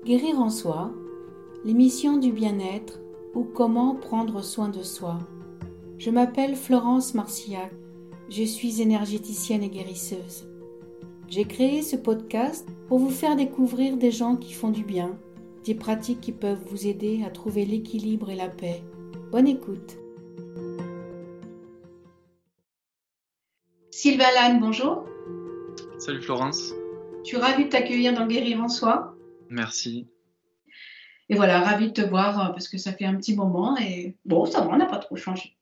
Guérir en soi, l'émission du bien-être ou comment prendre soin de soi. Je m'appelle Florence Marcillac, je suis énergéticienne et guérisseuse. J'ai créé ce podcast pour vous faire découvrir des gens qui font du bien, des pratiques qui peuvent vous aider à trouver l'équilibre et la paix. Bonne écoute. Sylvain Lannes, bonjour. Salut Florence. Je suis ravie de t'accueillir dans Guérir en soi. Merci. Et voilà, ravie de te voir parce que ça fait un petit moment et bon, ça va, on n'a pas trop changé.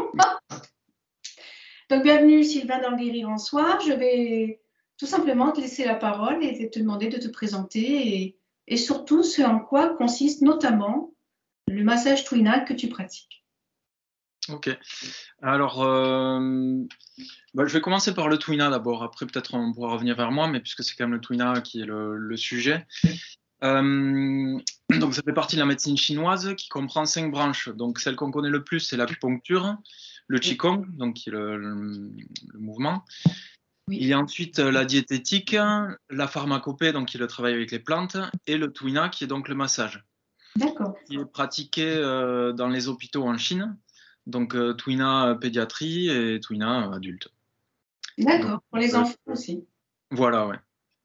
Donc, bienvenue Sylvain dans Guérir en soi. Je vais tout simplement te laisser la parole et te demander de te présenter et surtout ce en quoi consiste notamment le massage Twina que tu pratiques. Ok. Alors, je vais commencer par le Twina d'abord. Après, peut-être on pourra revenir vers moi, mais puisque c'est quand même le Twina qui est le sujet. Donc, ça fait partie de la médecine chinoise qui comprend 5 branches. Donc, celle qu'on connaît le plus, c'est l'acupuncture, le Qigong, donc qui est le mouvement. Oui. Il y a ensuite la diététique, la pharmacopée, donc qui est le travail avec les plantes, et le Twina, qui est donc le massage. D'accord. Qui est pratiqué dans les hôpitaux en Chine. Donc, Twina pédiatrie et Twina adulte. D'accord, Donc, pour les enfants aussi. Voilà, ouais.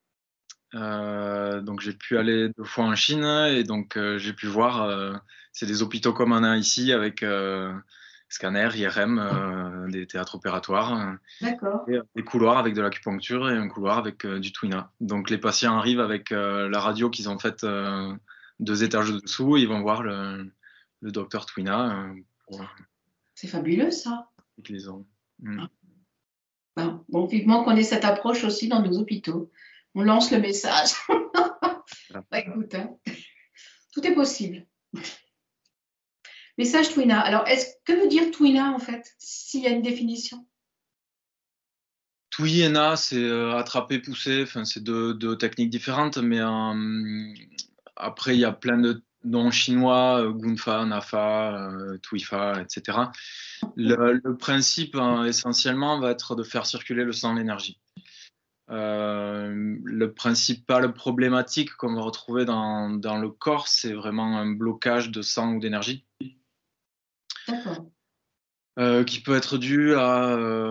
Donc, j'ai pu aller 2 fois en Chine et donc j'ai pu voir, c'est des hôpitaux comme on a ici avec scanner, IRM, des théâtres opératoires, D'accord. et des couloirs avec de l'acupuncture et un couloir avec du Twina. Donc, les patients arrivent avec la radio qu'ils ont faite 2 étages dessous et ils vont voir le docteur Twina pour C'est fabuleux ça. les ont. Mm. Bon, vivement qu'on ait cette approche aussi dans nos hôpitaux. On lance le message. Bah, écoute, hein, tout est possible. Message Twina. Alors, que veut dire Twina en fait, s'il y a une définition? Twi et Na, c'est attraper, pousser. Enfin, c'est deux techniques différentes, mais après, il y a plein de noms chinois, Gunfa, Nafa, Twifa, etc. Le principe, essentiellement, va être de faire circuler le sang, l'énergie. Le principal problématique qu'on va retrouver dans le corps, c'est vraiment un blocage de sang ou d'énergie. D'accord. Qui peut être dû à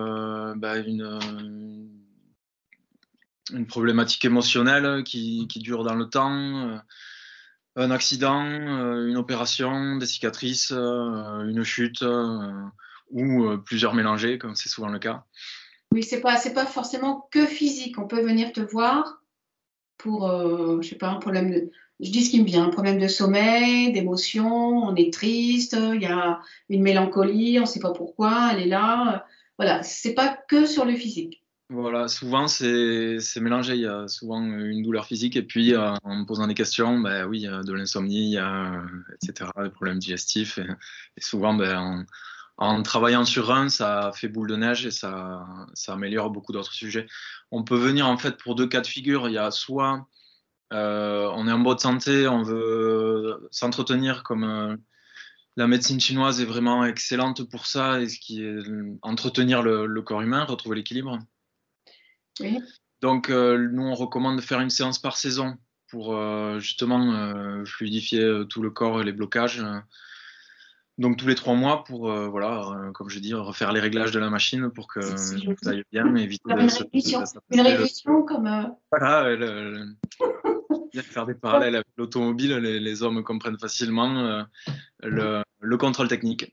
une problématique émotionnelle qui dure dans le temps, un accident, une opération, des cicatrices, une chute, ou plusieurs mélangés, comme c'est souvent le cas. Oui, c'est pas forcément que physique. On peut venir te voir pour, je sais pas, un problème de, je dis ce qui me vient, un problème de sommeil, d'émotion, on est triste, il y a une mélancolie, on ne sait pas pourquoi, elle est là. Voilà, c'est pas que sur le physique. Voilà, souvent c'est mélangé. Il y a souvent une douleur physique et puis en me posant des questions, ben oui, il y a de l'insomnie, il y a etc. des problèmes digestifs et souvent en travaillant sur un, ça fait boule de neige et ça améliore beaucoup d'autres sujets. On peut venir en fait pour 2 cas de figure. Il y a soit on est en bonne santé, on veut s'entretenir comme la médecine chinoise est vraiment excellente pour ça et ce qui est entretenir le corps humain, retrouver l'équilibre. Oui. Donc, nous, on recommande de faire une séance par saison pour justement fluidifier tout le corps et les blocages. Donc, tous les 3 mois pour, voilà, comme je dis, refaire les réglages de la machine pour que C'est ça aille bien, éviter comme de une se révision. Une s'attacher révision comme. voilà, bien faire des parallèles avec l'automobile, les hommes comprennent facilement le contrôle technique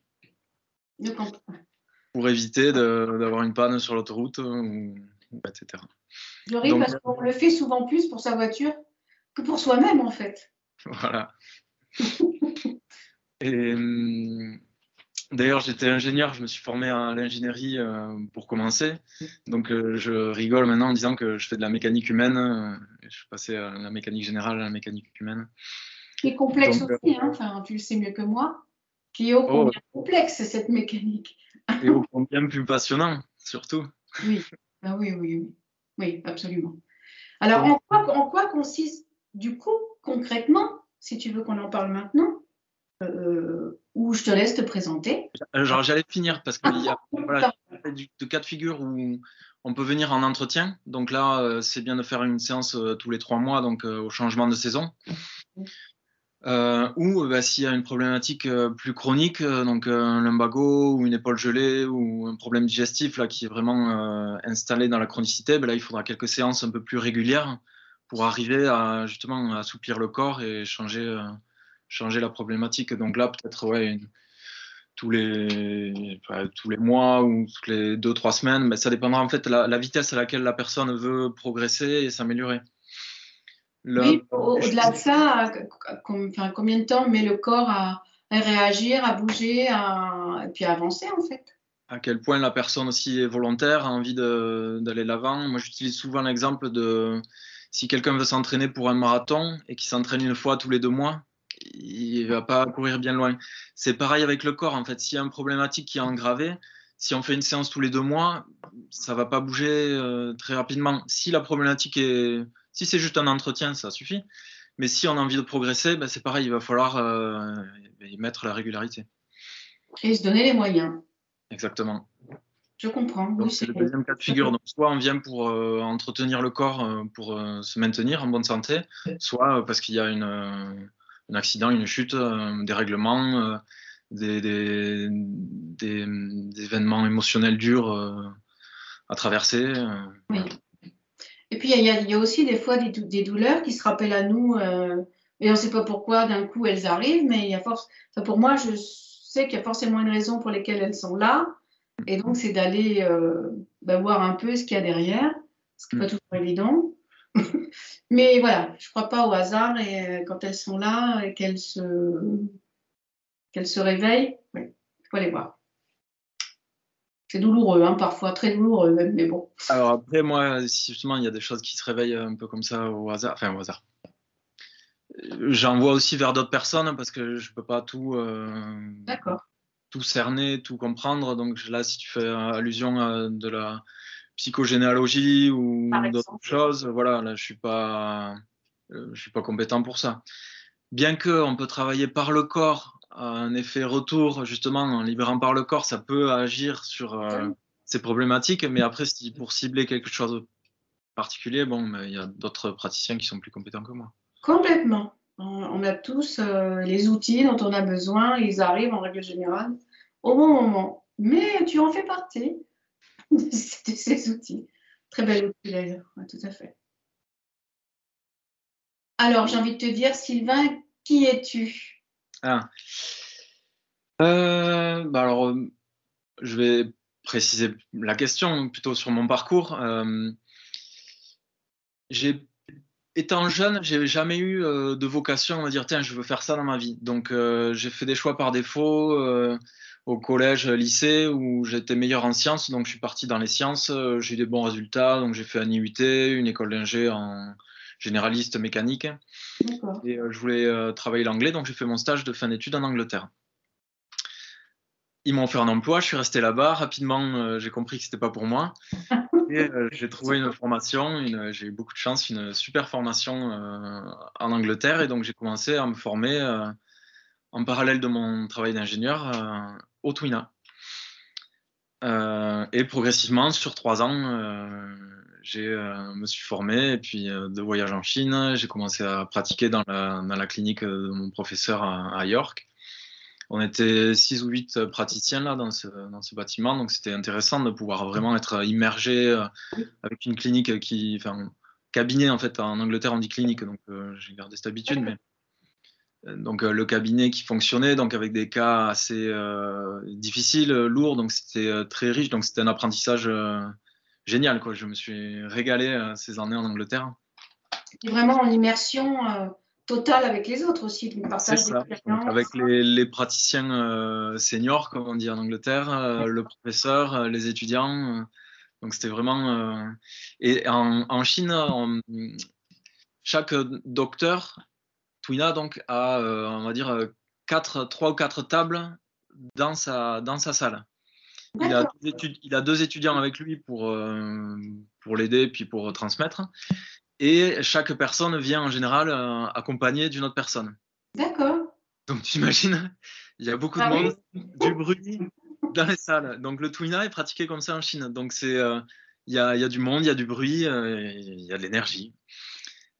pour éviter d'avoir une panne sur l'autoroute, etc. Je ris Donc, parce qu'on le fait souvent plus pour sa voiture que pour soi-même en fait. voilà. Et d'ailleurs, j'étais ingénieur, je me suis formé à l'ingénierie pour commencer. Donc, je rigole maintenant en disant que je fais de la mécanique humaine. Je suis passé à la mécanique générale à la mécanique humaine. Qui est complexe Donc, aussi, hein. Enfin, tu le sais mieux que moi, qui est ô oh, combien complexe cette mécanique. et au combien plus passionnant, surtout. Oui, ah oui, oui, oui, oui, absolument. Alors, Donc, en quoi consiste, du coup, concrètement, si tu veux qu'on en parle maintenant, ou je te laisse te présenter. genre, j'allais finir parce qu'il y a voilà, de cas de figure où on peut venir en entretien. Donc là, c'est bien de faire une séance tous les 3 mois, donc au changement de saison. Ou s'il y a une problématique plus chronique, donc un lumbago ou une épaule gelée ou un problème digestif là, qui est vraiment installé dans la chronicité, là, il faudra quelques séances un peu plus régulières pour arriver à justement assouplir le corps et changer la problématique. Donc là, peut-être tous les mois ou toutes les 2-3 semaines, mais ça dépendra en fait de la vitesse à laquelle la personne veut progresser et s'améliorer. Oui, au-delà de ça, combien de temps met le corps à réagir, à bouger, et puis à avancer en fait? À quel point la personne aussi est volontaire, a envie d'aller de l'avant. Moi, j'utilise souvent l'exemple de si quelqu'un veut s'entraîner pour un marathon et qu'il s'entraîne une fois tous les 2 mois, il va pas courir bien loin. C'est pareil avec le corps, en fait. S'il y a une problématique qui est engravée, si on fait une séance tous les 2 mois, ça va pas bouger très rapidement. Si la problématique si c'est juste un entretien, ça suffit. Mais si on a envie de progresser, c'est pareil, il va falloir y mettre la régularité. Et se donner les moyens. Exactement. Je comprends. Donc, Oui, c'est le deuxième cas de figure. Donc, soit on vient pour entretenir le corps, pour se maintenir en bonne santé, soit parce qu'il y a un accident, une chute, des règlements, des événements émotionnels durs à traverser. Oui. Et puis, il y a aussi des fois des douleurs qui se rappellent à nous, et on ne sait pas pourquoi d'un coup elles arrivent, mais il y a pour moi, je sais qu'il y a forcément une raison pour laquelle elles sont là. Et donc, c'est d'aller voir un peu ce qu'il y a derrière, ce qui n'est pas toujours évident. Mais voilà, je ne crois pas au hasard et quand elles sont là et qu'elles se réveillent, il faut aller voir. C'est douloureux, hein, parfois très douloureux même, mais bon. Alors après, moi, si justement, il y a des choses qui se réveillent un peu comme ça au hasard, enfin au hasard. J'en vois aussi vers d'autres personnes parce que je peux pas tout cerner, tout comprendre. Donc là, si tu fais allusion à de la psychogénéalogie ou d'autres choses, voilà, là, je suis pas compétent pour ça. Bien que on peut travailler par le corps, un effet retour, justement, en libérant par le corps, ça peut agir sur ces problématiques. Mais après, pour cibler quelque chose de particulier, il y a d'autres praticiens qui sont plus compétents que moi. Complètement. On a tous les outils dont on a besoin, ils arrivent en règle générale au bon moment. Mais tu en fais partie de ces outils. Très bel outil d'ailleurs, ouais, tout à fait. Alors, j'ai envie de te dire, Sylvain, qui es-tu? Alors, je vais préciser la question plutôt sur mon parcours. Étant jeune, j'ai jamais eu de vocation à me dire tiens, je veux faire ça dans ma vie. Donc j'ai fait des choix par défaut au collège, lycée où j'étais meilleur en sciences, donc je suis parti dans les sciences. J'ai eu des bons résultats, donc j'ai fait un IUT, une école d'ingé en généraliste mécanique. Et je voulais travailler l'anglais, donc j'ai fait mon stage de fin d'études en Angleterre. Ils m'ont offert un emploi, je suis resté là-bas. Rapidement, j'ai compris que c'était pas pour moi. Et j'ai trouvé une formation, j'ai eu beaucoup de chance, une super formation en Angleterre. Et donc, j'ai commencé à me former en parallèle de mon travail d'ingénieur au Twina. Et progressivement, sur 3 ans, me suis formé. Et puis, de voyage en Chine, j'ai commencé à pratiquer dans la clinique de mon professeur à York. On était 6 ou 8 praticiens là dans ce bâtiment, donc c'était intéressant de pouvoir vraiment être immergé avec une clinique cabinet en fait. En Angleterre on dit clinique, donc j'ai gardé cette habitude, mais donc le cabinet qui fonctionnait, donc avec des cas assez difficiles, lourds, donc c'était très riche, donc c'était un apprentissage génial quoi. Je me suis régalé ces années en Angleterre. Et vraiment en immersion totale avec les autres aussi, du partage d'expérience. Avec les praticiens seniors, comme on dit en Angleterre, le professeur, les étudiants. Donc c'était vraiment. Et en Chine, chaque docteur, Twina, donc, a, on va dire, 3 ou 4 tables dans sa salle. Il a 2 étudiants avec lui pour l'aider puis pour transmettre. Et chaque personne vient en général accompagnée d'une autre personne. D'accord. Donc tu imagines, il y a beaucoup de monde, du bruit dans les salles. Donc le Twina est pratiqué comme ça en Chine. Donc il y a du monde, il y a du bruit, il y a de l'énergie.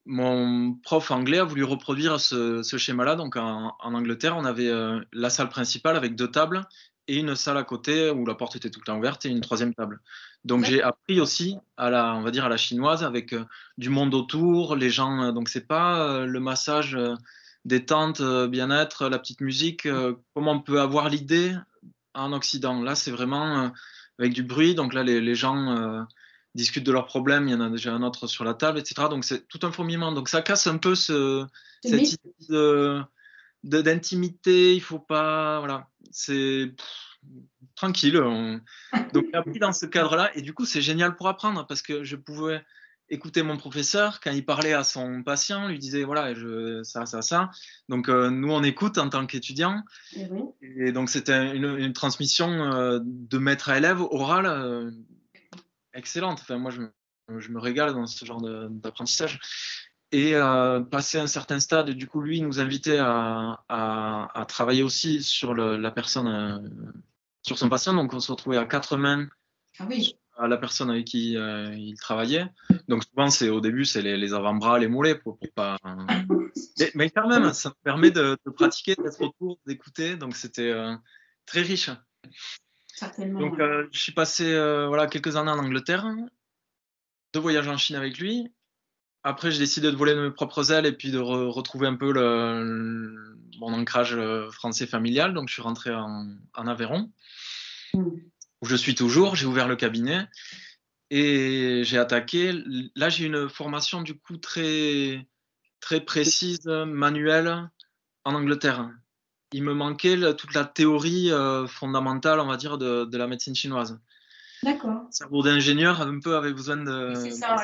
mon prof anglais a voulu reproduire ce schéma-là. Donc en Angleterre, on avait la salle principale avec 2 tables et une salle à côté où la porte était tout le temps ouverte et une 3e table. Donc j'ai appris aussi on va dire à la chinoise avec du monde autour, les gens. Donc c'est pas le massage détente, bien-être, la petite musique, comme on peut avoir l'idée en Occident. Là, c'est vraiment avec du bruit. Donc là, les gens discutent de leurs problèmes. Il y en a déjà un autre sur la table, etc. Donc c'est tout un fourmillement. Donc ça casse un peu cette idée d'intimité. Il faut pas, voilà, c'est tranquille. Donc j'ai appris dans ce cadre-là. Et du coup, c'est génial pour apprendre parce que je pouvais écouter mon professeur quand il parlait à son patient, lui disait voilà, ça. Donc nous, on écoute en tant qu'étudiant. Oui. Et donc c'était une transmission de maître à élève orale excellente. Enfin, moi, je me régale dans ce genre d'apprentissage. Et passé un certain stade, du coup, lui, il nous invitait à travailler aussi sur la personne, sur son patient. Donc, on se retrouvait à 4 mains à la personne avec qui il travaillait. Donc, souvent, au début, c'est les avant-bras, les mollets, pour pas. Mais quand même, ça me permet de pratiquer, d'être autour, d'écouter. Donc, c'était très riche. Certainement. Donc, je suis passé voilà, quelques années en Angleterre, 2 voyages en Chine avec lui. Après, j'ai décidé de voler de mes propres ailes et puis de retrouver un peu mon ancrage français familial. Donc, je suis rentré en Aveyron, où je suis toujours. J'ai ouvert le cabinet et j'ai attaqué. Là, j'ai une formation du coup très, très précise, manuelle, en Angleterre. Il me manquait toute la théorie fondamentale, on va dire, de la médecine chinoise. D'accord. Cerveau d'ingénieur un peu avait besoin de. C'est ça.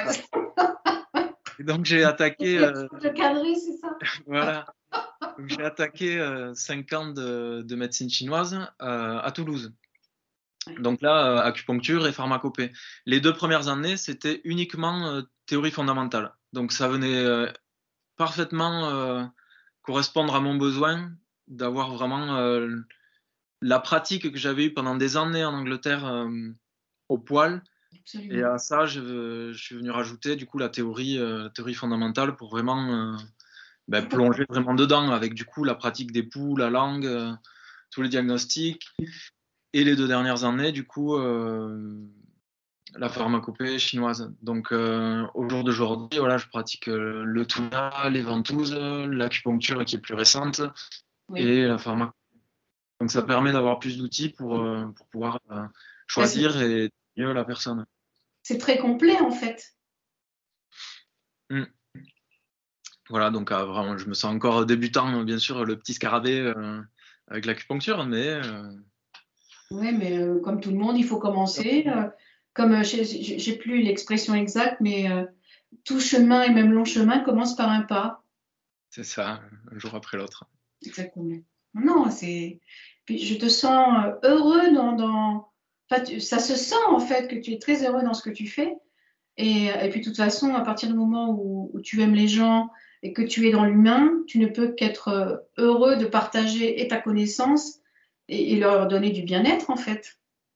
Et donc j'ai attaqué. Le cadrer, c'est ça. Voilà. Donc, j'ai attaqué 5 ans de médecine chinoise à Toulouse. Donc là, acupuncture et pharmacopée. Les 2 premières années, c'était uniquement théorie fondamentale. Donc ça venait parfaitement correspondre à mon besoin d'avoir vraiment la pratique que j'avais eue pendant des années en Angleterre au poil. Absolument. Et à ça, je suis venu rajouter du coup la théorie fondamentale pour vraiment plonger vraiment dedans avec du coup la pratique des pouls, la langue, tous les diagnostics. Et les 2 dernières années, du coup, la pharmacopée chinoise. Donc au jour d'aujourd'hui, voilà, je pratique le tuna, les ventouses, l'acupuncture qui est plus récente et la pharmacopée. Donc ça permet d'avoir plus d'outils pour pouvoir choisir et mieux la personne. C'est très complet en fait. Voilà, donc vraiment, je me sens encore débutant, bien sûr, le petit scarabée avec l'acupuncture, mais. Oui, mais comme tout le monde, il faut commencer. Comme j'ai plus l'expression exacte, mais tout chemin et même long chemin commence par un pas. C'est ça, un jour après l'autre. Exactement. Non, puis je te sens heureux Enfin, ça se sent en fait que tu es très heureux dans ce que tu fais. Et puis de toute façon, à partir du moment où tu aimes les gens et que tu es dans l'humain, tu ne peux qu'être heureux de partager et ta connaissance et leur donner du bien-être en fait.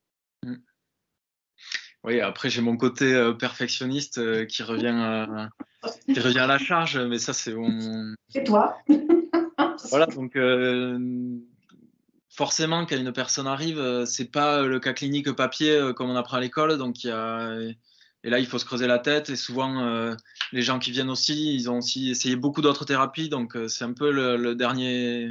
Oui, après j'ai mon côté perfectionniste qui revient à la charge, mais ça c'est mon. C'est toi. Voilà, donc forcément quand une personne arrive, c'est pas le cas clinique papier comme on apprend à l'école, donc et là il faut se creuser la tête et souvent les gens qui viennent aussi, ils ont aussi essayé beaucoup d'autres thérapies, donc c'est un peu le dernier.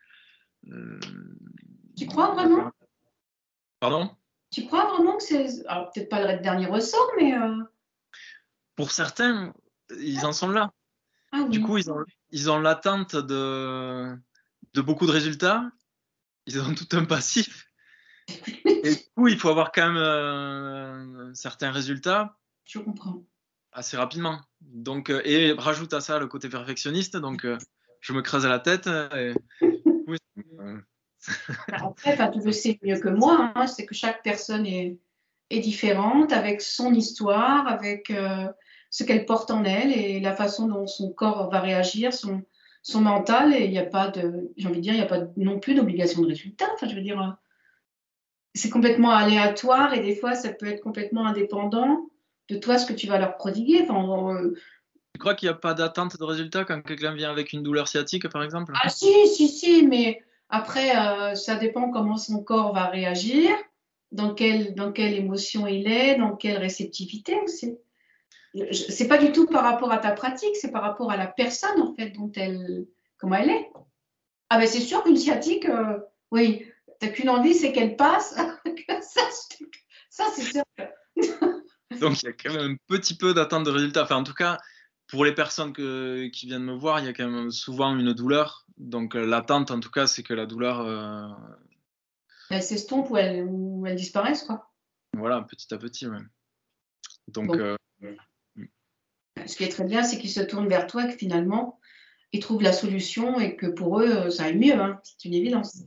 Tu crois vraiment? Pardon? Tu crois vraiment que c'est... Alors, peut-être pas le dernier ressort, mais... Pour certains, ils en sont là. Ah oui. Du coup, ils ont l'attente de beaucoup de résultats. Ils ont tout un passif. Et du coup, il faut avoir quand même certains résultats. Je comprends. Assez rapidement. Donc, et rajoute à ça le côté perfectionniste. Donc, je me creuse la tête. Oui, Après, tu le sais mieux que moi, hein, c'est que chaque personne est différente, avec son histoire, avec ce qu'elle porte en elle et la façon dont son corps va réagir, son mental. Et il n'y a pas j'ai envie de dire, il n'y a pas non plus d'obligation de résultat. Enfin, je veux dire, c'est complètement aléatoire et des fois, ça peut être complètement indépendant de toi, ce que tu vas leur prodiguer. Enfin, Tu crois qu'il n'y a pas d'attente de résultat quand quelqu'un vient avec une douleur sciatique, par exemple? Ah si, mais après, ça dépend comment son corps va réagir, dans quelle émotion il est, dans quelle réceptivité aussi. C'est pas du tout par rapport à ta pratique, c'est par rapport à la personne, en fait, comment elle est. Ah ben c'est sûr qu'une sciatique, oui, t'as qu'une envie, c'est qu'elle passe. ça c'est sûr. Donc il y a quand même un petit peu d'attente de résultat. Enfin, en tout cas, pour les personnes qui viennent me voir, il y a quand même souvent une douleur. Donc l'attente, en tout cas, c'est que la douleur, Elle s'estompe ou elle disparaisse, quoi. voilà, petit à petit. Ouais. Donc, Donc, ce qui est très bien, c'est qu'ils se tournent vers toi et que finalement, ils trouvent la solution et que pour eux, ça aille mieux, hein. C'est une évidence.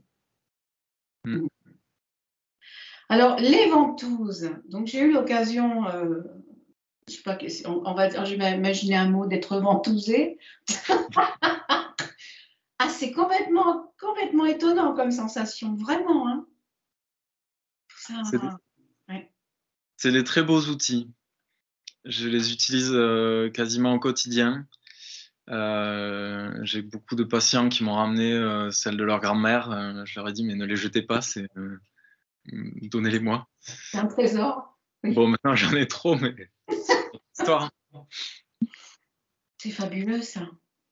Alors, les ventouses. Donc, j'ai eu l'occasion, je sais pas, je vais imaginer un mot, d'être ventousée. Ah, c'est complètement, complètement étonnant comme sensation, vraiment, hein. Ça, ouais. c'est des très beaux outils. Je les utilise quasiment au quotidien. J'ai beaucoup de patients qui m'ont ramené celles de leur grand-mère. Je leur ai dit, mais ne les jetez pas, donnez-les-moi. C'est un trésor. Oui. Bon, maintenant j'en ai trop, mais c'est une histoire. C'est fabuleux, ça.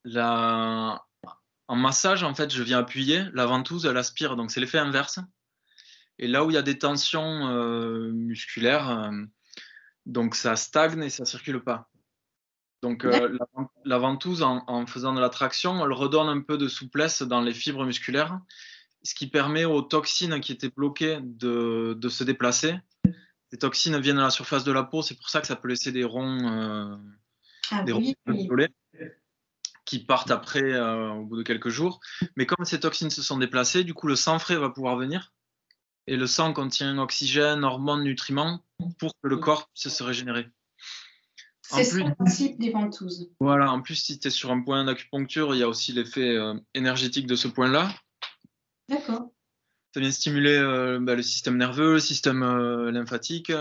En massage, en fait, je viens appuyer. La ventouse, elle aspire, donc c'est l'effet inverse. Et là où il y a des tensions musculaires, donc ça stagne et ça circule pas. Donc la ventouse, en faisant de la traction, elle redonne un peu de souplesse dans les fibres musculaires, ce qui permet aux toxines qui étaient bloquées de se déplacer. Les toxines viennent à la surface de la peau, c'est pour ça que ça peut laisser des ronds, ronds violets qui partent après au bout de quelques jours. Mais comme ces toxines se sont déplacées, du coup le sang frais va pouvoir venir. Et le sang contient oxygène, hormones, nutriments pour que le corps puisse se régénérer. C'est ça le principe des ventouses. Voilà, en plus, si tu es sur un point d'acupuncture, il y a aussi l'effet énergétique de ce point-là. D'accord. Ça vient stimuler le système nerveux, le système lymphatique.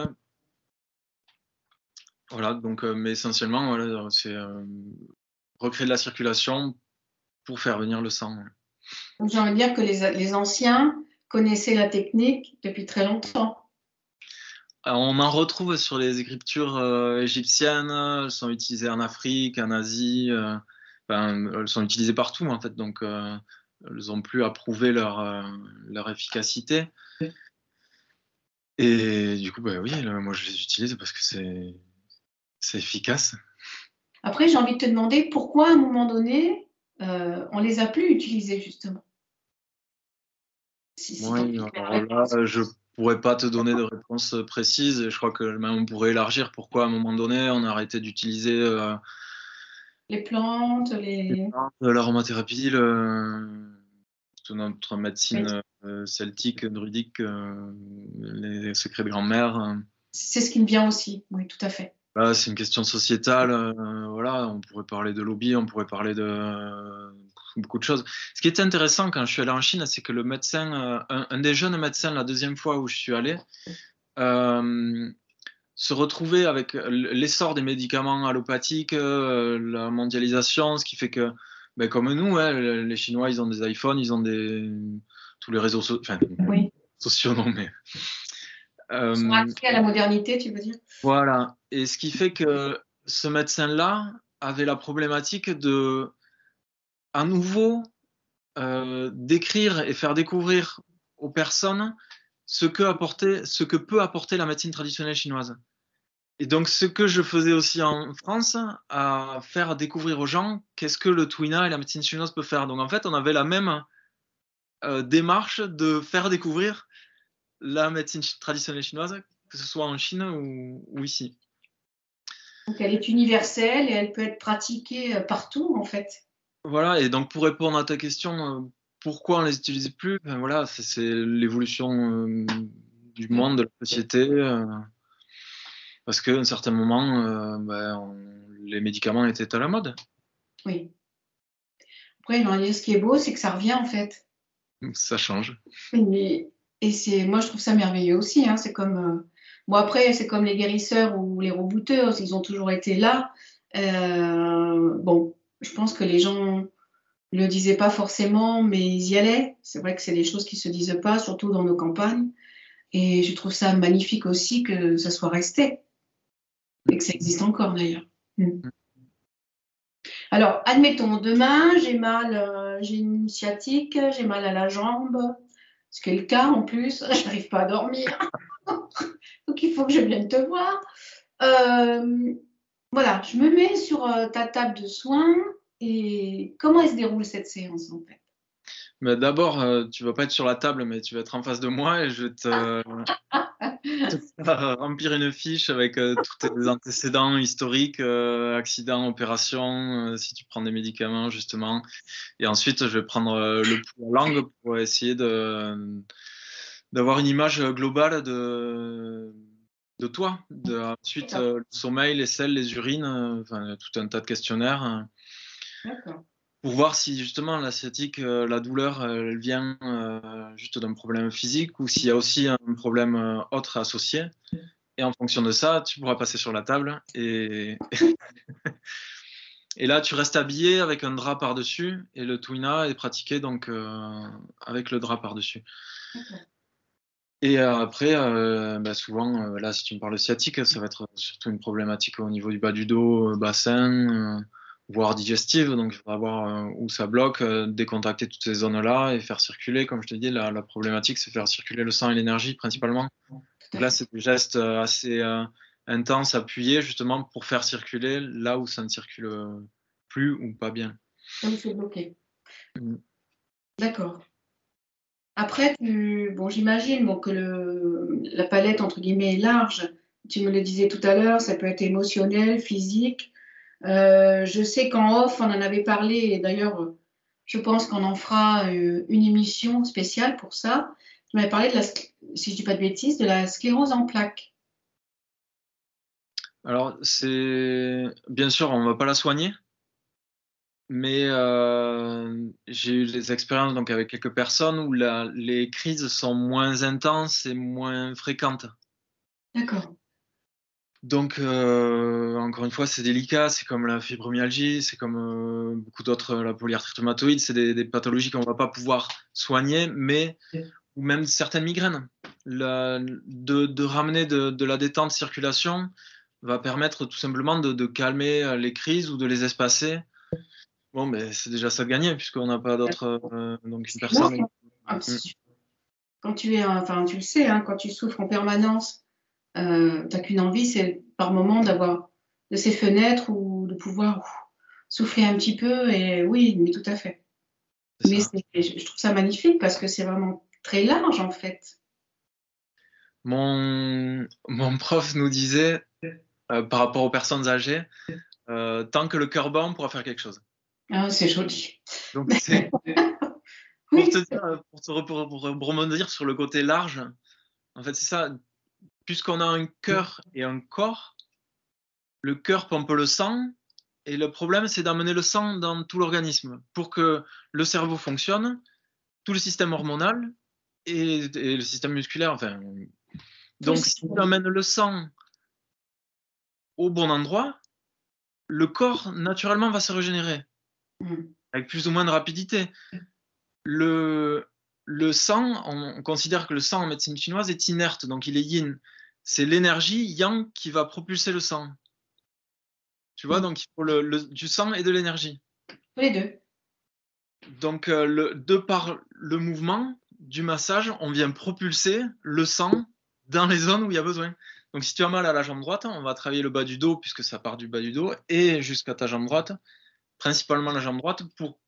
Voilà, donc, mais essentiellement, voilà, c'est recréer de la circulation pour faire venir le sang. Donc, j'ai envie de dire que les anciens connaissaient la technique depuis très longtemps. Alors, on en retrouve sur les écritures égyptiennes, elles sont utilisées en Afrique, en Asie, elles sont utilisées partout en fait, donc elles n'ont plus à prouver leur efficacité. Et du coup, bah, oui, moi je les utilise parce que c'est efficace. Après, j'ai envie de te demander pourquoi à un moment donné, on les a plus utilisés justement. Oui, alors là, je pourrais pas te donner de réponse précise. Je crois que même on pourrait élargir pourquoi à un moment donné on a arrêté d'utiliser les plantes, l'aromathérapie, toute notre médecine celtique, druidique, les secrets de grand-mère. C'est ce qui me vient aussi, oui, tout à fait. Là, c'est une question sociétale. Voilà, on pourrait parler de lobby, on pourrait parler de beaucoup de choses. Ce qui était intéressant quand je suis allé en Chine, c'est que le médecin, un des jeunes médecins, la deuxième fois où je suis allé, se retrouvait avec l'essor des médicaments allopathiques, la mondialisation, ce qui fait que, ben, comme nous, hein, les Chinois, ils ont des iPhones, ils ont tous les réseaux sociaux, non, mais... Ils sont accès à la modernité, tu veux dire? Voilà. Et ce qui fait que ce médecin-là avait la problématique de, à nouveau, décrire et faire découvrir aux personnes ce que peut apporter la médecine traditionnelle chinoise. Et donc, ce que je faisais aussi en France, à faire découvrir aux gens qu'est-ce que le Tuina et la médecine chinoise peut faire. Donc, en fait, on avait la même démarche de faire découvrir la médecine traditionnelle chinoise, que ce soit en Chine ou ici. Donc, elle est universelle et elle peut être pratiquée partout, en fait. Voilà, et donc pour répondre à ta question, pourquoi on les utilise plus, ben voilà, c'est l'évolution du monde, de la société, parce qu'à un certain moment, les médicaments étaient à la mode. Oui. Après, ce qui est beau, c'est que ça revient, en fait. Ça change. Et moi, je trouve ça merveilleux aussi, hein. C'est comme, bon, après, c'est comme les guérisseurs ou les rebooteurs, ils ont toujours été là, Bon, je pense que les gens ne le disaient pas forcément, mais ils y allaient. C'est vrai que c'est des choses qui ne se disent pas, surtout dans nos campagnes. Et je trouve ça magnifique aussi que ça soit resté et que ça existe encore d'ailleurs. Mm. Alors, admettons, demain, j'ai une sciatique, j'ai mal à la jambe, ce qui est le cas en plus, je n'arrive pas à dormir, donc il faut que je vienne te voir. Euh, voilà, je me mets sur ta table de soins et comment elle se déroule cette séance en fait? Mais d'abord, tu vas pas être sur la table, mais tu vas être en face de moi et je vais te faire remplir une fiche avec tous tes antécédents historiques, accidents, opérations, si tu prends des médicaments justement. Et ensuite, je vais prendre le pouls à langue pour essayer d'avoir une image globale de toi. Ensuite, le sommeil, les selles, les urines, enfin, tout un tas de questionnaires. D'accord. Pour voir si justement la sciatique, la douleur, elle vient juste d'un problème physique ou s'il y a aussi un problème autre associé. Et en fonction de ça, tu pourras passer sur la table et là, tu restes habillé avec un drap par-dessus et le Twina est pratiqué donc avec le drap par-dessus. Et après, souvent, là, si tu me parles de sciatique, ça va être surtout une problématique au niveau du bas du dos, bassin, voire digestive. Donc, il faudra voir où ça bloque, décontracter toutes ces zones-là et faire circuler. Comme je te dis, la problématique, c'est faire circuler le sang et l'énergie principalement. Donc là, c'est des gestes assez intenses, appuyés, justement, pour faire circuler là où ça ne circule plus ou pas bien. Là où c'est bloqué. D'accord. Après, bon, j'imagine bon, que la palette, entre guillemets, est large. Tu me le disais tout à l'heure, ça peut être émotionnel, physique. Je sais qu'en off, on en avait parlé, et d'ailleurs, je pense qu'on en fera une émission spéciale pour ça. Tu m'avais parlé si je ne dis pas de bêtises, de la sclérose en plaques. Alors, bien sûr, on ne va pas la soigner, mais j'ai eu des expériences donc, avec quelques personnes où les crises sont moins intenses et moins fréquentes. D'accord. Donc, encore une fois, c'est délicat, c'est comme la fibromyalgie, c'est comme beaucoup d'autres, la polyarthrite rhumatoïde, c'est des pathologies qu'on ne va pas pouvoir soigner, ou même certaines migraines. De ramener de la détente circulation va permettre tout simplement de calmer les crises ou de les espacer. Bon, mais c'est déjà ça de gagner, puisqu'on n'a pas d'autre. Donc, une personne. Non, quand tu es, enfin, tu le sais, hein, quand tu souffres en permanence, tu n'as qu'une envie, c'est par moment d'avoir de ces fenêtres ou de pouvoir souffler un petit peu. Et oui, mais tout à fait. Mais je trouve ça magnifique parce que c'est vraiment très large en fait. Mon prof nous disait, par rapport aux personnes âgées, tant que le cœur bat, on pourra faire quelque chose. Ah, c'est joli. Donc, c'est Oui. pour te dire, pour rebondir sur le côté large, en fait, c'est ça. Puisqu'on a un cœur et un corps, le cœur pompe le sang, et le problème, c'est d'amener le sang dans tout l'organisme pour que le cerveau fonctionne, tout le système hormonal et le système musculaire. Enfin, donc, si tu amènes le sang au bon endroit, le corps, naturellement, va se régénérer avec plus ou moins de rapidité. Le sang, on considère que le sang en médecine chinoise est inerte, donc il est yin. C'est l'énergie yang qui va propulser le sang. Tu vois, donc il faut du sang et de l'énergie. Les deux. Donc, de par le mouvement du massage, on vient propulser le sang dans les zones où il y a besoin. Donc, si tu as mal à la jambe droite, on va travailler le bas du dos, puisque ça part du bas du dos, et jusqu'à ta jambe droite, principalement la jambe droite, pour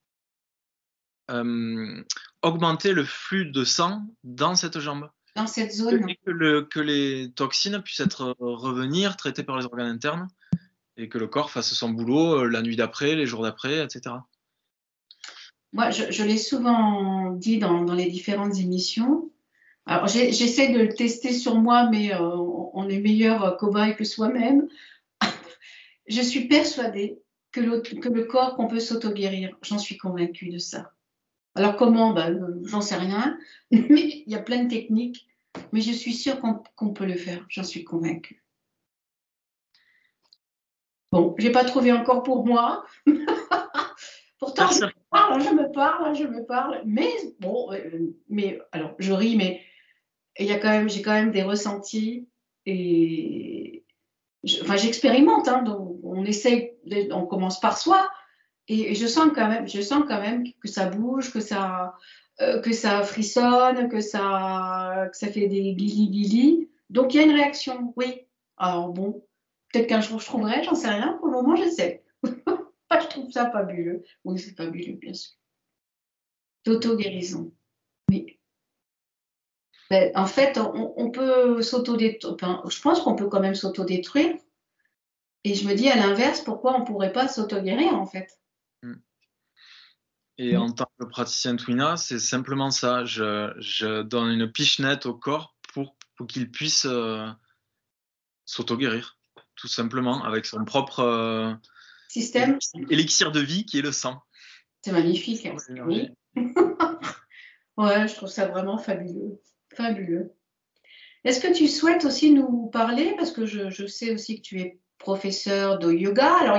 augmenter le flux de sang dans cette jambe. Dans cette zone. Et que les toxines puissent revenir, traitées par les organes internes, et que le corps fasse son boulot la nuit d'après, les jours d'après, etc. Moi, je l'ai souvent dit dans les différentes émissions. Alors, j'essaie de le tester sur moi, mais on est meilleur cobaye que soi-même. Je suis persuadée que le corps, qu'on peut s'auto-guérir. J'en suis convaincue de ça. Alors comment? Ben, j'en sais rien, mais il y a plein de techniques. Mais je suis sûre qu'on peut le faire. J'en suis convaincue. Bon, j'ai pas trouvé encore pour moi. Pourtant, je me parle. Mais bon, mais alors, je ris, mais j'ai quand même des ressentis et enfin, j'expérimente. Hein, donc on essaye, on commence par soi et je sens quand même que ça bouge, que ça frissonne, que ça fait des guilis. Donc il y a une réaction, oui. Alors bon, peut-être qu'un jour je trouverai, j'en sais rien. Pour le moment, j'essaie. Je trouve ça fabuleux. Oui, c'est fabuleux, bien sûr. D'auto-guérison. Oui. Ben, en fait, on peut s'autodétruire. Enfin, je pense qu'on peut quand même s'autodétruire. Et je me dis à l'inverse, pourquoi on ne pourrait pas s'auto-guérir en fait? Mm. Et en tant que praticien Twina, c'est simplement ça. Je donne une pichenette au corps pour qu'il puisse s'auto-guérir, tout simplement, avec son propre Système. élixir de vie qui est le sang. C'est magnifique. Oui. Ouais, je trouve ça vraiment fabuleux. Fabuleux. Est-ce que tu souhaites aussi nous parler, parce que je sais aussi que tu es professeur de yoga, alors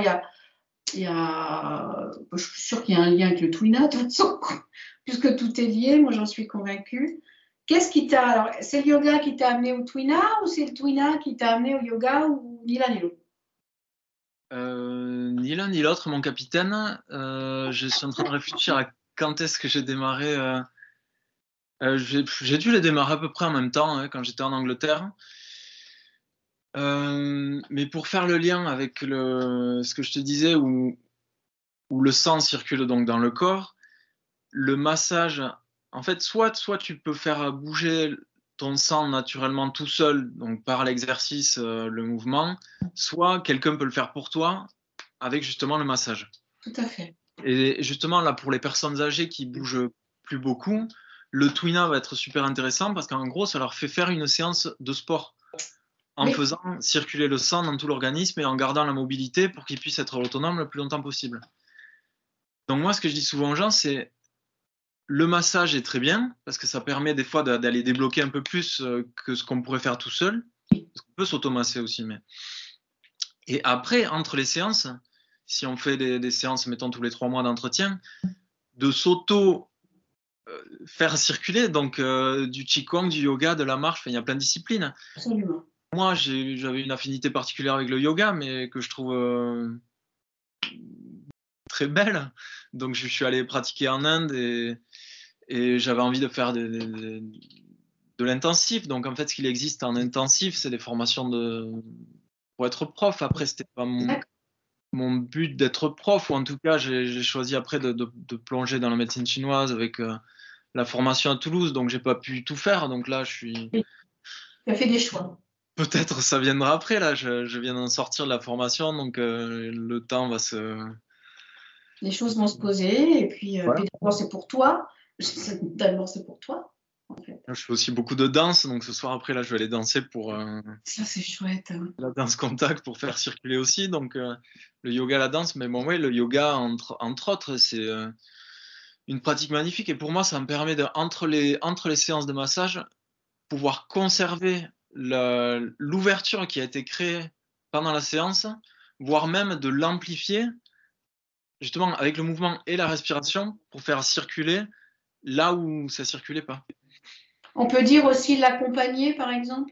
je suis sûre qu'il y a un lien avec le Twina, de toute façon, puisque tout est lié, moi j'en suis convaincue. Qu'est-ce qui t'a, alors c'est le yoga qui t'a amené au Twina, ou c'est le Twina qui t'a amené au yoga, ou ni l'un ni l'autre? Ni l'un ni l'autre, mon capitaine. Je suis en train de réfléchir à quand est-ce que j'ai démarré. J'ai dû les démarrer à peu près en même temps, hein, quand j'étais en Angleterre. Mais pour faire le lien avec ce que je te disais, où le sang circule donc dans le corps, le massage, en fait, soit tu peux faire bouger ton sang naturellement tout seul, donc par l'exercice, le mouvement, soit quelqu'un peut le faire pour toi avec justement le massage. Tout à fait. Et justement, là, pour les personnes âgées qui bougent plus beaucoup, le Twina va être super intéressant parce qu'en gros, ça leur fait faire une séance de sport en faisant circuler le sang dans tout l'organisme et en gardant la mobilité pour qu'ils puissent être autonomes le plus longtemps possible. Donc moi, ce que je dis souvent aux gens, c'est le massage est très bien parce que ça permet des fois d'aller débloquer un peu plus que ce qu'on pourrait faire tout seul. Parce qu'on peut s'automasser aussi. Et après, entre les séances, si on fait des séances, mettons, tous les 3 mois d'entretien, de faire circuler, donc du Qigong, du yoga, de la marche, il y a plein de disciplines. Absolument. Moi, j'avais une affinité particulière avec le yoga, mais que je trouve très belle. Donc, je suis allé pratiquer en Inde et j'avais envie de faire de l'intensif. Donc, en fait, ce qu'il existe en intensif, c'est des formations pour être prof. Après, c'était pas mon but d'être prof, ou en tout cas, j'ai choisi après de plonger dans la médecine chinoise avec la formation à Toulouse. Donc, j'ai pas pu tout faire. Donc là, je suis. Tu as fait des choix. Peut-être ça viendra après. Là, je viens d'en sortir de la formation, donc le temps va se. Les choses vont se poser, et puis Voilà. d'abord c'est pour toi. D'abord c'est pour toi, en fait. Je fais aussi beaucoup de danse, donc ce soir après, là, je vais aller danser pour Ça c'est chouette. Hein. la danse contact pour faire circuler aussi. Donc le yoga, la danse, mais bon, ouais, le yoga, entre autres, c'est une pratique magnifique. Et pour moi, ça me permet entre les séances de massage, pouvoir conserver l'ouverture qui a été créée pendant la séance, voire même de l'amplifier, justement avec le mouvement et la respiration, pour faire circuler là où ça circulait pas. On peut dire aussi l'accompagner, par exemple.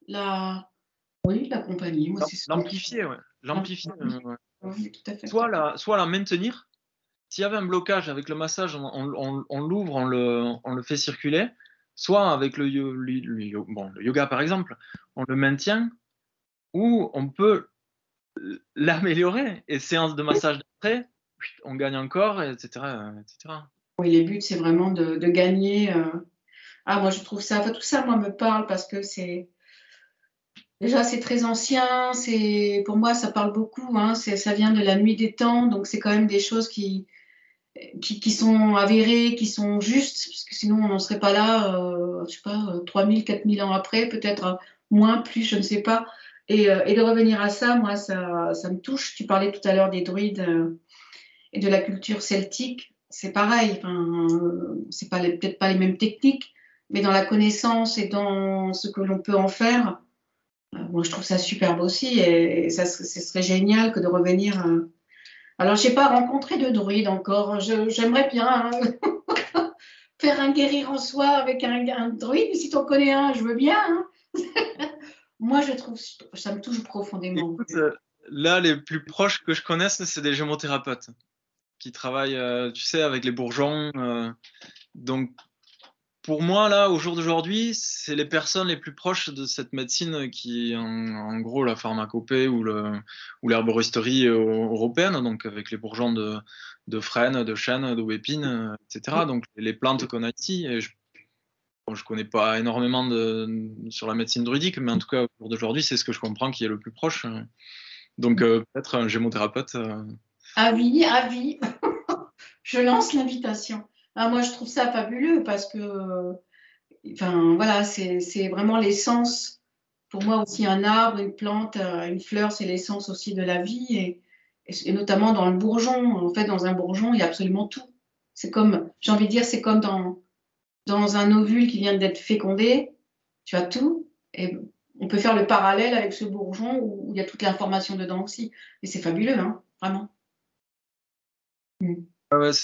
Oui, l'accompagner. Moi, c'est L'amplifier, ouais. L'amplifier. Ouais. Oui, tout à fait. Soit la maintenir. S'il y avait un blocage avec le massage, on l'ouvre, on le fait circuler. Soit avec le yoga, par exemple, on le maintient, ou on peut l'améliorer. Et séance de massage d'après, on gagne encore, etc., etc. Oui, les buts, c'est vraiment de gagner. Ah, moi, je trouve ça, enfin, tout ça, moi, me parle parce que déjà, c'est très ancien. Pour moi, ça parle beaucoup. Hein, ça vient de la nuit des temps. Donc, c'est quand même des choses qui sont avérées, qui sont justes, parce que sinon, on n'en serait pas là, je sais pas, 3000, 4000 ans après, peut-être moins, plus, je ne sais pas. Et de revenir à ça, moi, ça me touche. Tu parlais tout à l'heure des druides et de la culture celtique. C'est pareil. Enfin, c'est peut-être pas les mêmes techniques, mais dans la connaissance et dans ce que l'on peut en faire, Moi, je trouve ça superbe aussi, et ce serait génial que de revenir. Alors, j'ai pas rencontré de druide encore. J'aimerais bien faire un guérir en soi avec un druide. Si tu en connais un, je veux bien. Hein. Moi, je trouve ça me touche profondément. Écoute, là, les plus proches que je connaisse, c'est des gémothérapeutes qui travaillent, tu sais, avec les bourgeons. Donc, pour moi, là, au jour d'aujourd'hui, c'est les personnes les plus proches de cette médecine qui, en gros, la pharmacopée ou l'herboristerie européenne, donc avec les bourgeons de frêne, de chêne, d'aubépine, etc. Donc, les plantes qu'on a ici. Et bon, je connais pas énormément sur la médecine druidique, mais en tout cas, au jour d'aujourd'hui, c'est ce que je comprends qui est le plus proche. Donc, peut-être un gémothérapeute. Avis, avis. Je lance l'invitation. Ah, moi, je trouve ça fabuleux parce que, enfin, voilà, c'est vraiment l'essence. Pour moi aussi, un arbre, une plante, une fleur, c'est l'essence aussi de la vie et notamment dans le bourgeon. En fait, dans un bourgeon, il y a absolument tout. C'est comme, j'ai envie de dire, c'est comme dans un ovule qui vient d'être fécondé. Tu as tout. Et on peut faire le parallèle avec ce bourgeon où il y a toute l'information dedans aussi. Et c'est fabuleux, hein, vraiment. Mm. Ah ouais,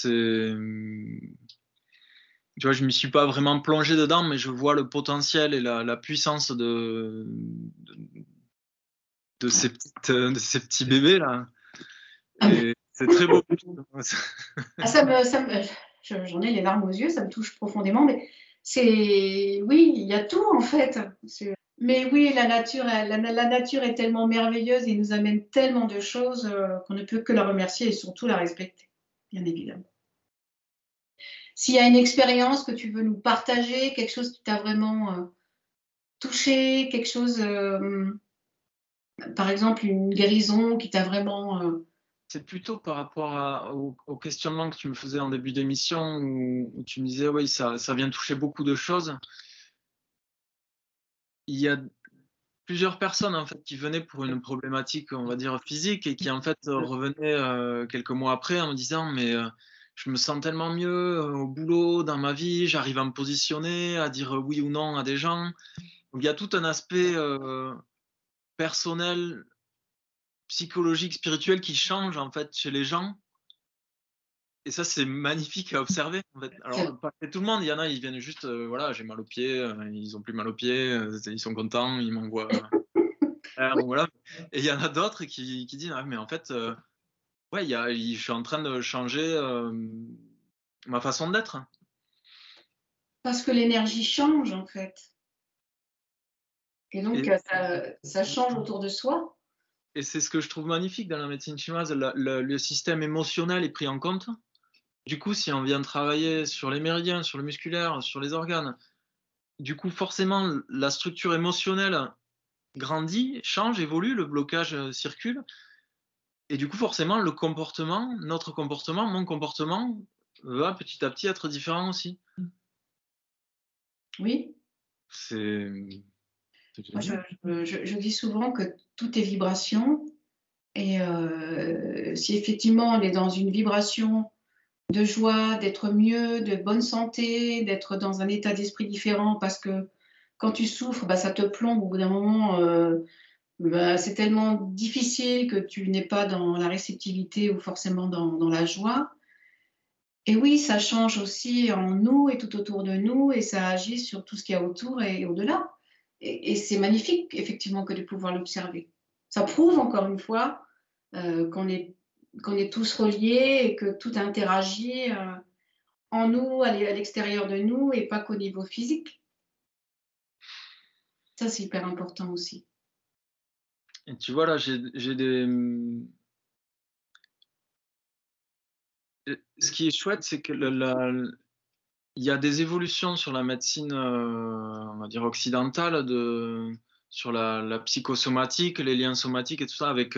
tu vois, je m'y suis pas vraiment plongé dedans, mais je vois le potentiel et la puissance de ces petits bébés là. Ah, Et c'est très beau. ah, j'en ai les larmes aux yeux, ça me touche profondément, mais oui, il y a tout en fait. Mais oui, la nature est tellement merveilleuse et nous amène tellement de choses qu'on ne peut que la remercier et surtout la respecter, bien évidemment. S'il y a une expérience que tu veux nous partager, quelque chose qui t'a vraiment touché, quelque chose, par exemple, une guérison qui t'a vraiment. C'est plutôt par rapport au questionnement que tu me faisais en début d'émission où tu me disais, oui, ça vient toucher beaucoup de choses. Il y a plusieurs personnes en fait qui venaient pour une problématique, on va dire, physique et qui en fait revenaient quelques mois après en me disant, mais je me sens tellement mieux au boulot, dans ma vie, j'arrive à me positionner, à dire oui ou non à des gens. Donc il y a tout un aspect personnel, psychologique, spirituel qui change en fait chez les gens. Et ça, c'est magnifique à observer. En fait. Alors, pas tout le monde, il y en a, ils viennent juste, voilà, j'ai mal aux pieds, ils ont plus mal aux pieds, ils sont contents, ils m'envoient. Voilà. Et il y en a d'autres qui disent, ah, mais en fait, ouais, je suis en train de changer ma façon d'être. Parce que l'énergie change en fait. Et donc, Et, ça change autour de soi. et c'est ce que je trouve magnifique dans la médecine chinoise, le système émotionnel est pris en compte. Du coup, si on vient travailler sur les méridiens, sur le musculaire, sur les organes, du coup, forcément, la structure émotionnelle grandit, change, évolue, le blocage circule. Et du coup, forcément, le comportement, notre comportement, mon comportement, va petit à petit être différent aussi. Oui. C'est Moi, génial. je dis souvent que tout est vibration. Et si effectivement on est dans une vibration de joie, d'être mieux, de bonne santé, d'être dans un état d'esprit différent, parce que quand tu souffres, bah, ça te plombe au bout d'un moment. Bah, c'est tellement difficile que tu n'es pas dans la réceptivité ou forcément dans la joie. Et oui, ça change aussi en nous et tout autour de nous, et ça agit sur tout ce qu'il y a autour et au-delà. Et c'est magnifique, effectivement, que de pouvoir l'observer. Ça prouve, encore une fois, qu'on est tous reliés et que tout interagit en nous, à l'extérieur de nous, et pas qu'au niveau physique. Ça, c'est hyper important aussi. Et tu vois, là, j'ai des. Ce qui est chouette, c'est que il y a des évolutions sur la médecine, on va dire occidentale, sur la psychosomatique, les liens somatiques et tout ça, avec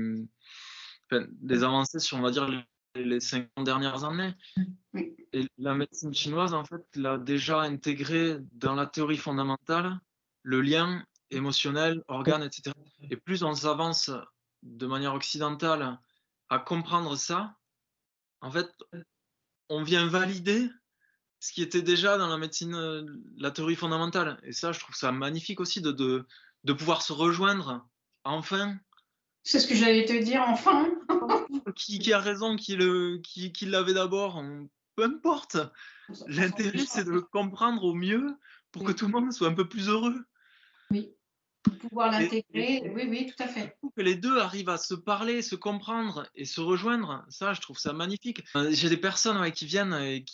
des avancées sur, on va dire, les 50 dernières années. Oui. Et la médecine chinoise, en fait, l'a déjà intégré dans la théorie fondamentale, le lien émotionnel, organe, etc. Et plus on s'avance de manière occidentale à comprendre ça, en fait, on vient valider ce qui était déjà dans la médecine, la théorie fondamentale. Et ça, je trouve ça magnifique aussi de pouvoir se rejoindre, enfin. C'est ce que j'allais te dire, enfin. Qui a raison, qui l'avait d'abord, peu importe. L'intérêt, c'est de le comprendre au mieux pour que Oui, tout le monde soit un peu plus heureux. oui. Pouvoir Et l'intégrer, oui, oui, tout à fait. que les deux arrivent à se parler, se comprendre et se rejoindre, ça, je trouve ça magnifique. J'ai des personnes qui viennent et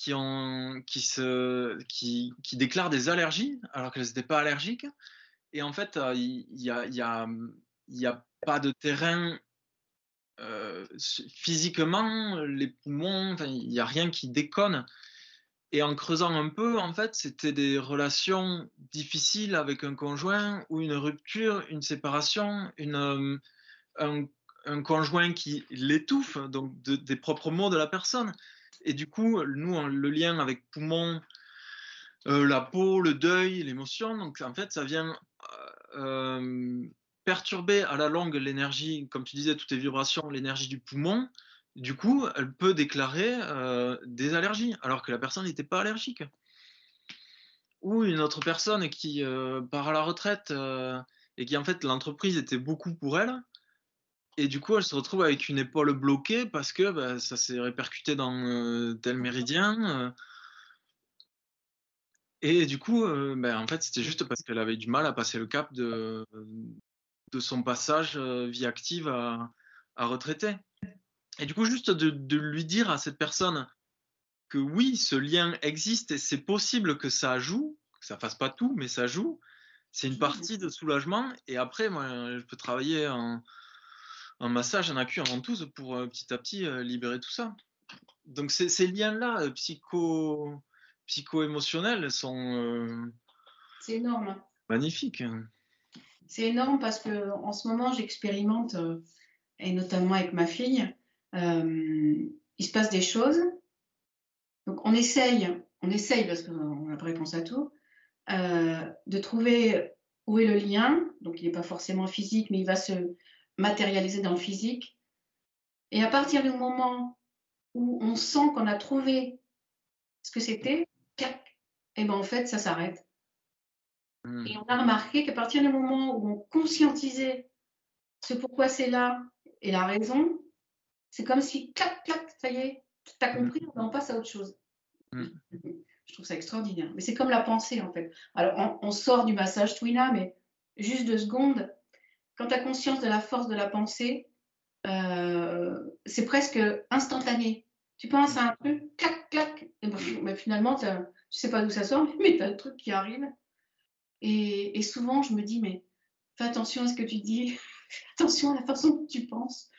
qui déclarent des allergies alors qu'elles n'étaient pas allergiques. Et en fait, il y a pas de terrain physiquement, les poumons, enfin, il n'y a rien qui déconne. Et en creusant un peu, en fait, c'était des relations difficiles avec un conjoint ou une rupture, une séparation, un, un conjoint qui l'étouffe, donc des propres mots de la personne. Et du coup, nous, le lien avec poumon, la peau, le deuil, l'émotion, donc en fait, ça vient perturber à la longue l'énergie, comme tu disais, toutes les vibrations, l'énergie du poumon. Du coup, elle peut déclarer des allergies, alors que la personne n'était pas allergique. Ou une autre personne qui part à la retraite et qui, en fait, l'entreprise était beaucoup pour elle. Et du coup, elle se retrouve avec une épaule bloquée parce que bah, ça s'est répercuté dans tel méridien. Et du coup, bah, en fait, c'était juste parce qu'elle avait du mal à passer le cap de son passage vie active à retraité. Et du coup, juste de lui dire à cette personne que oui, ce lien existe et c'est possible que ça joue, que ça fasse pas tout, mais ça joue. C'est une partie de soulagement. Et après, moi, je peux travailler en massage, en acu, en ventouse pour petit à petit libérer tout ça. Donc ces liens-là, psycho-émotionnels, sont C'est énorme. magnifiques. C'est énorme parce que en ce moment, j'expérimente, et notamment avec ma fille, il se passe des choses. Donc on essaye parce qu'on n'a pas réponse à tout, de trouver où est le lien. Donc il n'est pas forcément physique, mais il va se matérialiser dans le physique. Et à partir du moment où on sent qu'on a trouvé ce que c'était, clac, et ben en fait ça s'arrête. Et on a remarqué qu'à partir du moment où on conscientisait ce pourquoi c'est là et la raison, c'est comme si, clac, clac, ça y est, tu as compris, on passe à autre chose. Je trouve ça extraordinaire. Mais c'est comme la pensée, en fait. Alors, on sort du massage Twina, mais juste 2 secondes. Quand tu as conscience de la force de la pensée, c'est presque instantané. Tu penses à un truc, clac, clac, et ben, finalement, tu sais pas d'où ça sort, mais tu as le truc qui arrive. Et souvent, je me dis, mais fais attention à ce que tu dis, fais attention à la façon dont tu penses.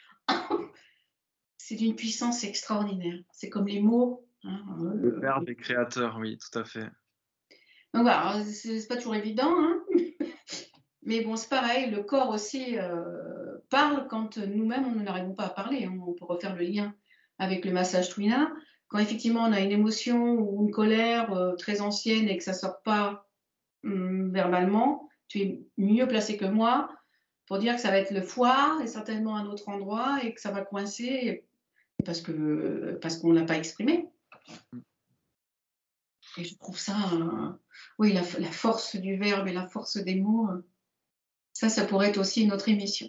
C'est d'une puissance extraordinaire. C'est comme les mots. Hein, Le père des créateurs, oui, tout à fait. donc voilà, c'est pas toujours évident, hein. Mais bon, c'est pareil, le corps aussi parle quand nous-mêmes, on n'arrivons pas à parler. Hein. On peut refaire le lien avec le massage Twina. Quand effectivement on a une émotion ou une colère très ancienne et que ça sort pas verbalement, tu es mieux placé que moi pour dire que ça va être le foie et certainement un autre endroit et que ça va coincer parce qu'on l'a pas exprimé. Et je trouve ça, oui, la force du verbe et la force des mots, ça pourrait être aussi une autre émission.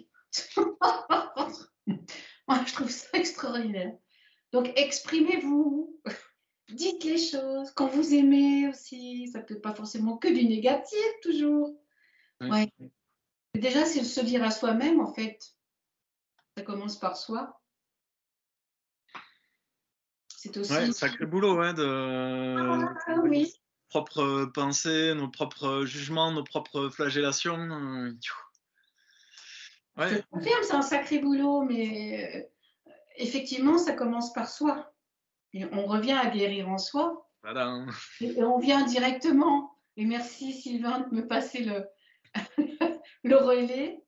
Moi, je trouve ça extraordinaire. Donc, exprimez-vous, dites les choses, quand vous aimez aussi, ça peut être pas forcément que du négatif toujours. Oui. Ouais. Déjà, c'est se dire à soi-même, en fait, ça commence par soi. C'est aussi. Ouais, sacré boulot, hein, de Ah oui, nos propres pensées, nos propres jugements, nos propres flagellations. je Ouais, te confirme, c'est un sacré boulot, mais effectivement, ça commence par soi. Et on revient à guérir en soi. voilà. Et on vient directement. Et merci Sylvain de me passer le relais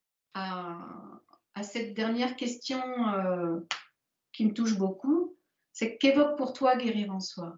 à cette dernière question qui me touche beaucoup. C'est qu'évoque pour toi guérir en soi?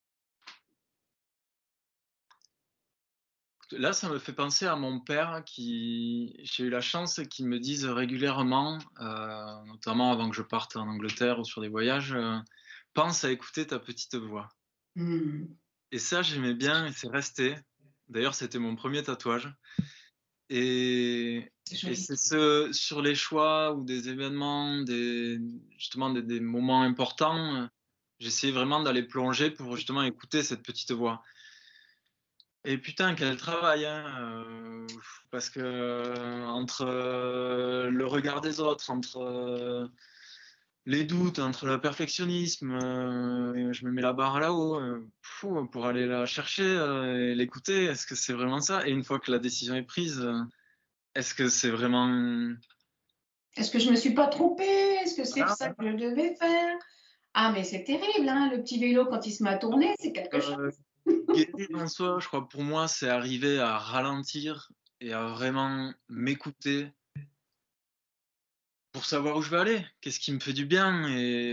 Là, ça me fait penser à mon père j'ai eu la chance qu'il me dise régulièrement, notamment avant que je parte en Angleterre ou sur des voyages, pense à écouter ta petite voix. Et ça, j'aimais bien et c'est resté. D'ailleurs, c'était mon premier tatouage. Et C'est joli. c'est sur les choix ou des événements, justement des moments importants, j'essaie vraiment d'aller plonger pour justement écouter cette petite voix. Et putain, quel travail, hein, parce que entre le regard des autres, entre les doutes, entre le perfectionnisme, je me mets la barre là-haut pour aller la chercher et l'écouter. Est-ce que c'est vraiment ça? Et une fois que la décision est prise, est-ce que c'est vraiment... Est-ce que je me suis pas trompée? Est-ce que c'est Voilà. ça que je devais faire? Ah, mais c'est terrible, hein, le petit vélo quand il se met à tourner, c'est quelque chose. Guérir en soi, je crois, pour moi, c'est arriver à ralentir et à vraiment m'écouter pour savoir où je vais aller, qu'est-ce qui me fait du bien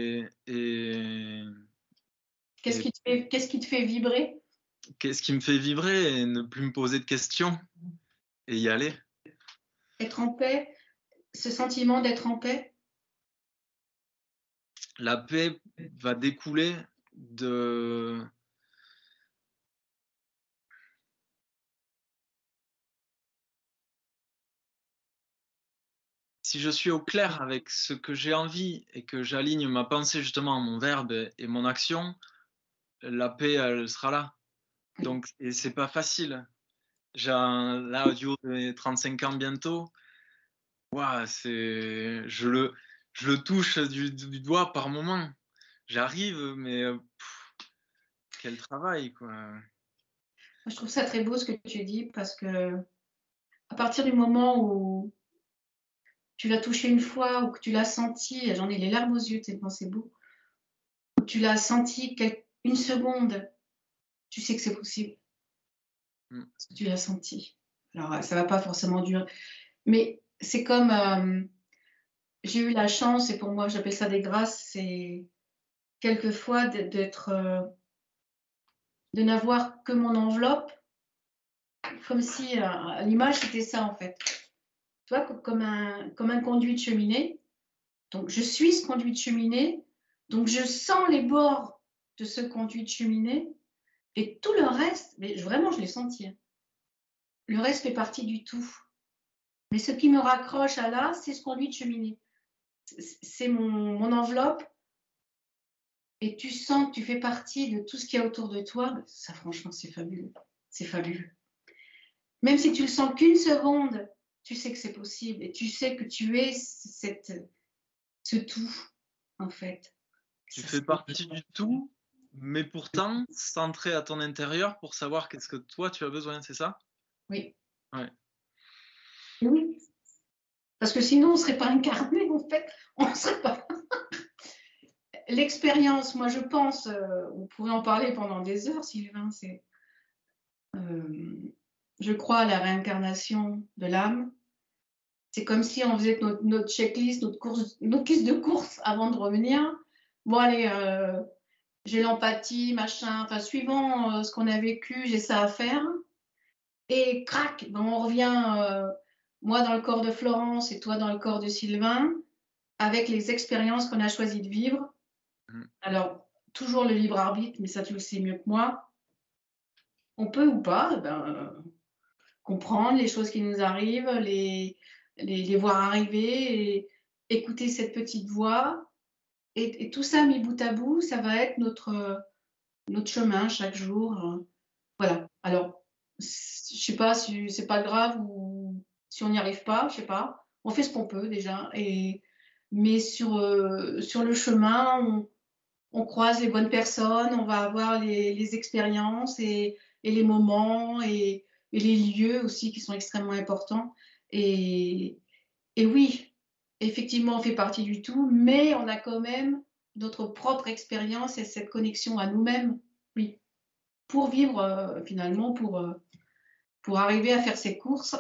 Qu'est-ce qui te fait vibrer? qu'est-ce qui me fait vibrer et ne plus me poser de questions et y aller. Être en paix, ce sentiment d'être en paix? La paix va découler de... Si je suis au clair avec ce que j'ai envie et que j'aligne ma pensée justement, mon verbe et mon action, la paix, elle sera là. Donc, et c'est pas facile. Là, du haut de 35 ans bientôt, ouah, je le touche du doigt par moment. J'arrive, mais quel travail, quoi. Moi, je trouve ça très beau ce que tu dis parce que à partir du moment où tu l'as touché une fois ou que tu l'as senti, j'en ai les larmes aux yeux tellement c'est beau, où tu l'as senti une seconde, tu sais que c'est possible parce que tu l'as senti. Alors, ça va pas forcément durer, mais c'est comme j'ai eu la chance, et pour moi, j'appelle ça des grâces, c'est quelquefois de n'avoir que mon enveloppe, comme si l'image c'était ça en fait. Tu vois, comme un conduit de cheminée. Donc, je suis ce conduit de cheminée, donc je sens les bords de ce conduit de cheminée, et tout le reste, mais vraiment, je l'ai senti. Hein. Le reste fait partie du tout. Mais ce qui me raccroche à là, c'est ce conduit de cheminée. C'est mon enveloppe. Et tu sens que tu fais partie de tout ce qu'il y a autour de toi, ça franchement c'est fabuleux. C'est fabuleux. Même si tu le sens qu'une seconde, tu sais que c'est possible et tu sais que tu es ce tout en fait. Tu Ça, fais partie du tout, mais pourtant centré à ton intérieur pour savoir qu'est-ce que toi tu as besoin, c'est ça? Oui. Ouais. Oui. Parce que sinon on ne serait pas incarné en fait. On ne serait pas. L'expérience, moi je pense, on pourrait en parler pendant des heures, Sylvain, c'est. Je crois à la réincarnation de l'âme. C'est comme si on faisait notre checklist, notre liste de courses avant de revenir. Bon, allez, j'ai l'empathie, machin, enfin, suivant ce qu'on a vécu, j'ai ça à faire. Et crac, ben, on revient, moi dans le corps de Florence et toi dans le corps de Sylvain, avec les expériences qu'on a choisi de vivre. Alors, toujours le libre arbitre, mais ça, tu le sais mieux que moi. On peut ou pas, comprendre les choses qui nous arrivent, les voir arriver, et écouter cette petite voix. Et tout ça mis bout à bout, ça va être notre chemin chaque jour. Voilà. Alors, je sais pas si c'est pas grave ou si on n'y arrive pas, je sais pas. On fait ce qu'on peut déjà. Mais sur le chemin, on croise les bonnes personnes, on va avoir les expériences et les moments et les lieux aussi qui sont extrêmement importants. Et, et oui, effectivement, on fait partie du tout, mais on a quand même notre propre expérience et cette connexion à nous-mêmes, oui, pour vivre finalement, pour arriver à faire ses courses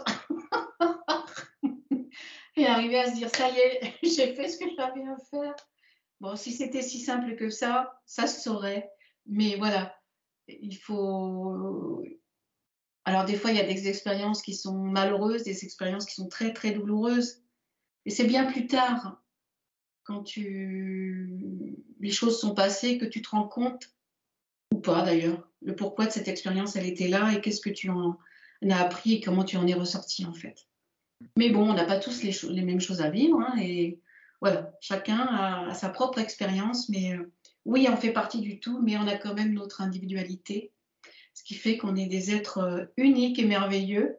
et arriver à se dire, ça y est, j'ai fait ce que j'avais à faire. Bon, si c'était si simple que ça se saurait. Mais voilà, il faut. Alors, des fois, il y a des expériences qui sont malheureuses, des expériences qui sont très, très douloureuses. Et c'est bien plus tard, quand les choses sont passées, que tu te rends compte, ou pas d'ailleurs, le pourquoi de cette expérience, elle était là et qu'est-ce que tu en as appris et comment tu en es ressorti, en fait. Mais bon, on n'a pas tous les mêmes choses à vivre, hein, et voilà, chacun a sa propre expérience, mais oui, on fait partie du tout, mais on a quand même notre individualité, ce qui fait qu'on est des êtres uniques et merveilleux,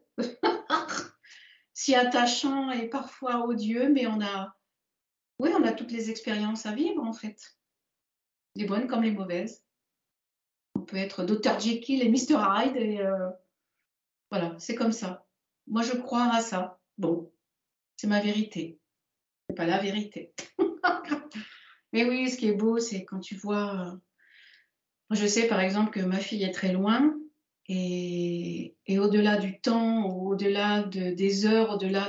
si attachants et parfois odieux, mais oui, on a toutes les expériences à vivre en fait, les bonnes comme les mauvaises. On peut être Dr Jekyll et Mr Hyde, et voilà, c'est comme ça. Moi, je crois à ça. Bon, c'est ma vérité, c'est pas la vérité. Mais oui, ce qui est beau, c'est quand tu vois. Je sais par exemple que ma fille est très loin, et au-delà du temps, au-delà des heures, au-delà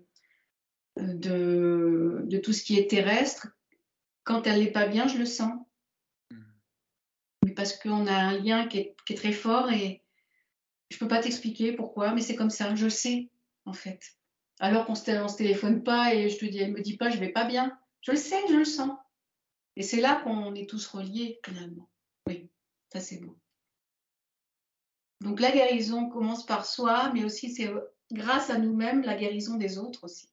de tout ce qui est terrestre, quand elle n'est pas bien, je le sens. Mais parce qu'on a un lien qui est très fort, et je ne peux pas t'expliquer pourquoi, mais c'est comme ça, je le sais en fait. Alors qu'on ne se téléphone pas et je te dis, elle ne me dit pas, je ne vais pas bien. Je le sais, je le sens. Et c'est là qu'on est tous reliés finalement. Oui, ça c'est beau. Donc la guérison commence par soi, mais aussi c'est grâce à nous-mêmes la guérison des autres aussi.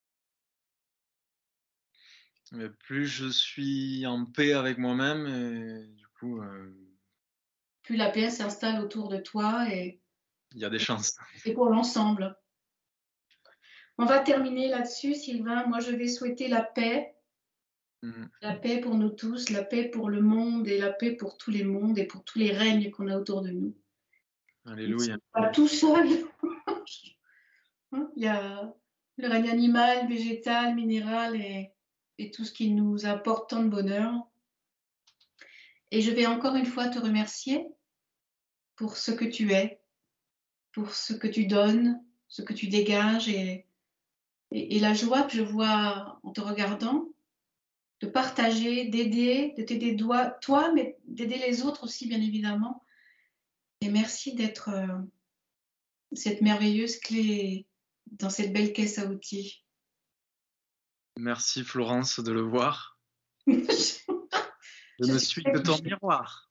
Mais plus je suis en paix avec moi-même, et du coup, Plus la paix s'installe autour de toi, il y a des chances. et pour l'ensemble. On va terminer là-dessus, Sylvain. Moi, je vais souhaiter la paix pour nous tous, la paix pour le monde et la paix pour tous les mondes et pour tous les règnes qu'on a autour de nous. Alléluia. Pas tout seul. Il y a le règne animal, végétal, minéral et tout ce qui nous apporte tant de bonheur. Et je vais encore une fois te remercier pour ce que tu es, pour ce que tu donnes, ce que tu dégages, et la joie que je vois en te regardant, de partager, d'aider, de t'aider toi, mais d'aider les autres aussi, bien évidemment. Et merci d'être cette merveilleuse clé dans cette belle caisse à outils. Merci Florence de le voir. Je Je ne suis suis très que ton touchée. miroir.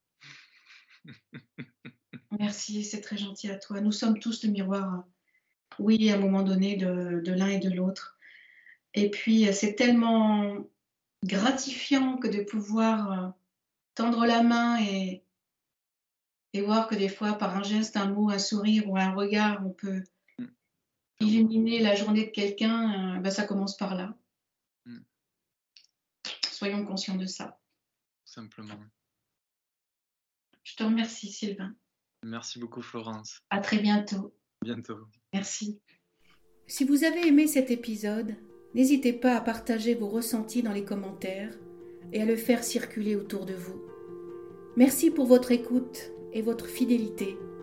Merci, c'est très gentil à toi. Nous sommes tous le miroir, oui, à un moment donné, de l'un et de l'autre. Et puis, c'est tellement gratifiant que de pouvoir tendre la main et voir que des fois, par un geste, un mot, un sourire ou un regard, on peut illuminer la journée de quelqu'un. Ça commence par là. Soyons conscients de ça. Simplement. Je te remercie, Sylvain. Merci beaucoup Florence. À très bientôt. À bientôt. Merci. Si vous avez aimé cet épisode, n'hésitez pas à partager vos ressentis dans les commentaires et à le faire circuler autour de vous. Merci pour votre écoute et votre fidélité.